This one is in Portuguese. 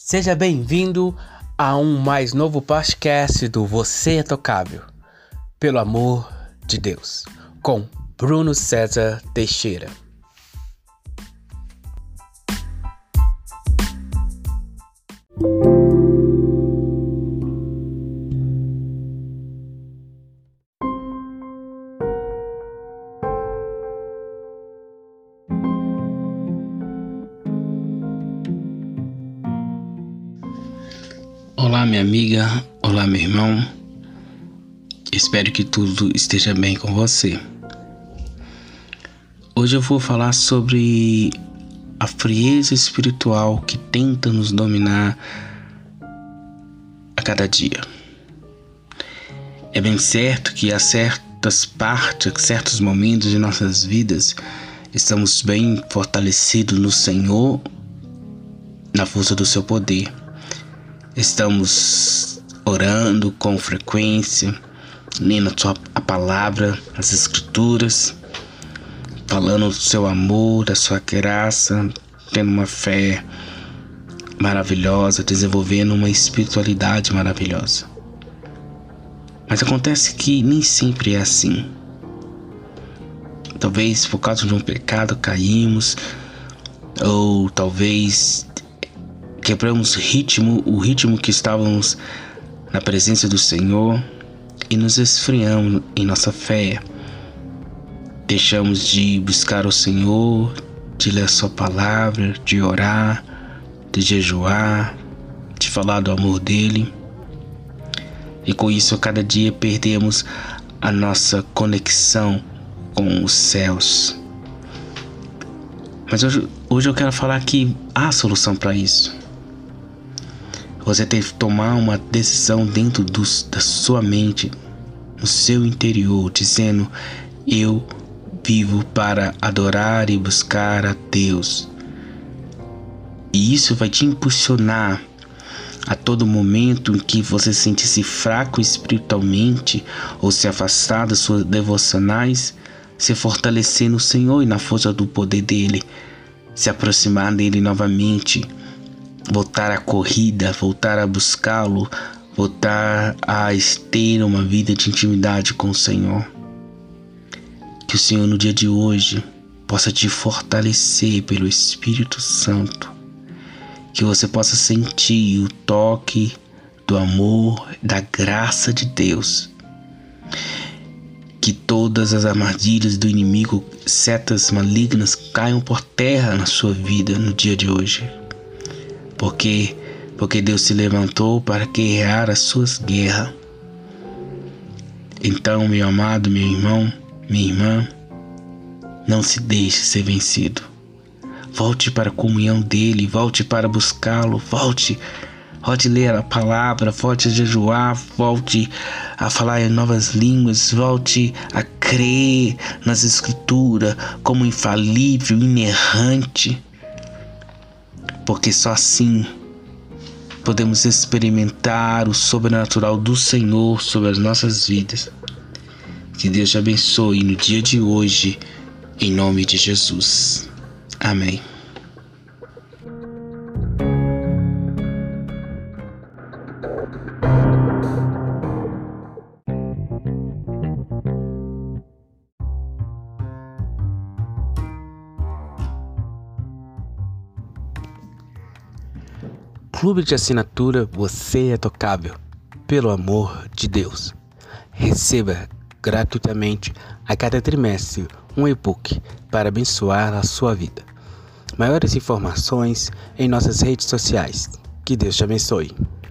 Seja bem-vindo a um mais novo podcast do Você é Tocável, pelo amor de Deus, com Bruno César Teixeira. Olá, minha amiga, olá, meu irmão. Espero que tudo esteja bem com você. Hoje eu vou falar sobre a frieza espiritual que tenta nos dominar a cada dia. É bem certo que há certas partes, certos momentos de nossas vidas, estamos bem fortalecidos no Senhor, na força do seu poder. Estamos orando com frequência, lendo a palavra, as escrituras, falando do seu amor, da sua graça, tendo uma fé maravilhosa, desenvolvendo uma espiritualidade maravilhosa. Mas acontece que nem sempre é assim. Talvez por causa de um pecado caímos, ou talvez quebramos o ritmo que estávamos na presença do Senhor e nos esfriamos em nossa fé. Deixamos de buscar o Senhor, de ler a sua palavra, de orar, de jejuar, de falar do amor dele. E com isso, a cada dia perdemos a nossa conexão com os céus. Mas hoje eu quero falar que há solução para isso. Você tem que tomar uma decisão dentro da sua mente, no seu interior, dizendo: eu vivo para adorar e buscar a Deus. E isso vai te impulsionar a todo momento em que você se sentir-se fraco espiritualmente ou se afastar das suas devocionais, se fortalecer no Senhor e na força do poder dele, se aproximar dele novamente, voltar à corrida, voltar a buscá-lo, voltar a ter uma vida de intimidade com o Senhor. Que o Senhor no dia de hoje possa te fortalecer pelo Espírito Santo, que você possa sentir o toque do amor, da graça de Deus, que todas as armadilhas do inimigo, setas malignas, caiam por terra na sua vida no dia de hoje. Porque Deus se levantou para guerrear as suas guerras. Então, meu amado, meu irmão, minha irmã, não se deixe ser vencido. Volte para a comunhão dele, volte para buscá-lo, volte a ler a palavra, volte a jejuar, volte a falar em novas línguas, volte a crer nas escrituras como infalível, inerrante. Porque só assim podemos experimentar o sobrenatural do Senhor sobre as nossas vidas. Que Deus te abençoe no dia de hoje, em nome de Jesus. Amém. Clube de assinatura Você é Tocável, pelo amor de Deus. Receba gratuitamente a cada trimestre um e-book para abençoar a sua vida. Maiores informações em nossas redes sociais. Que Deus te abençoe.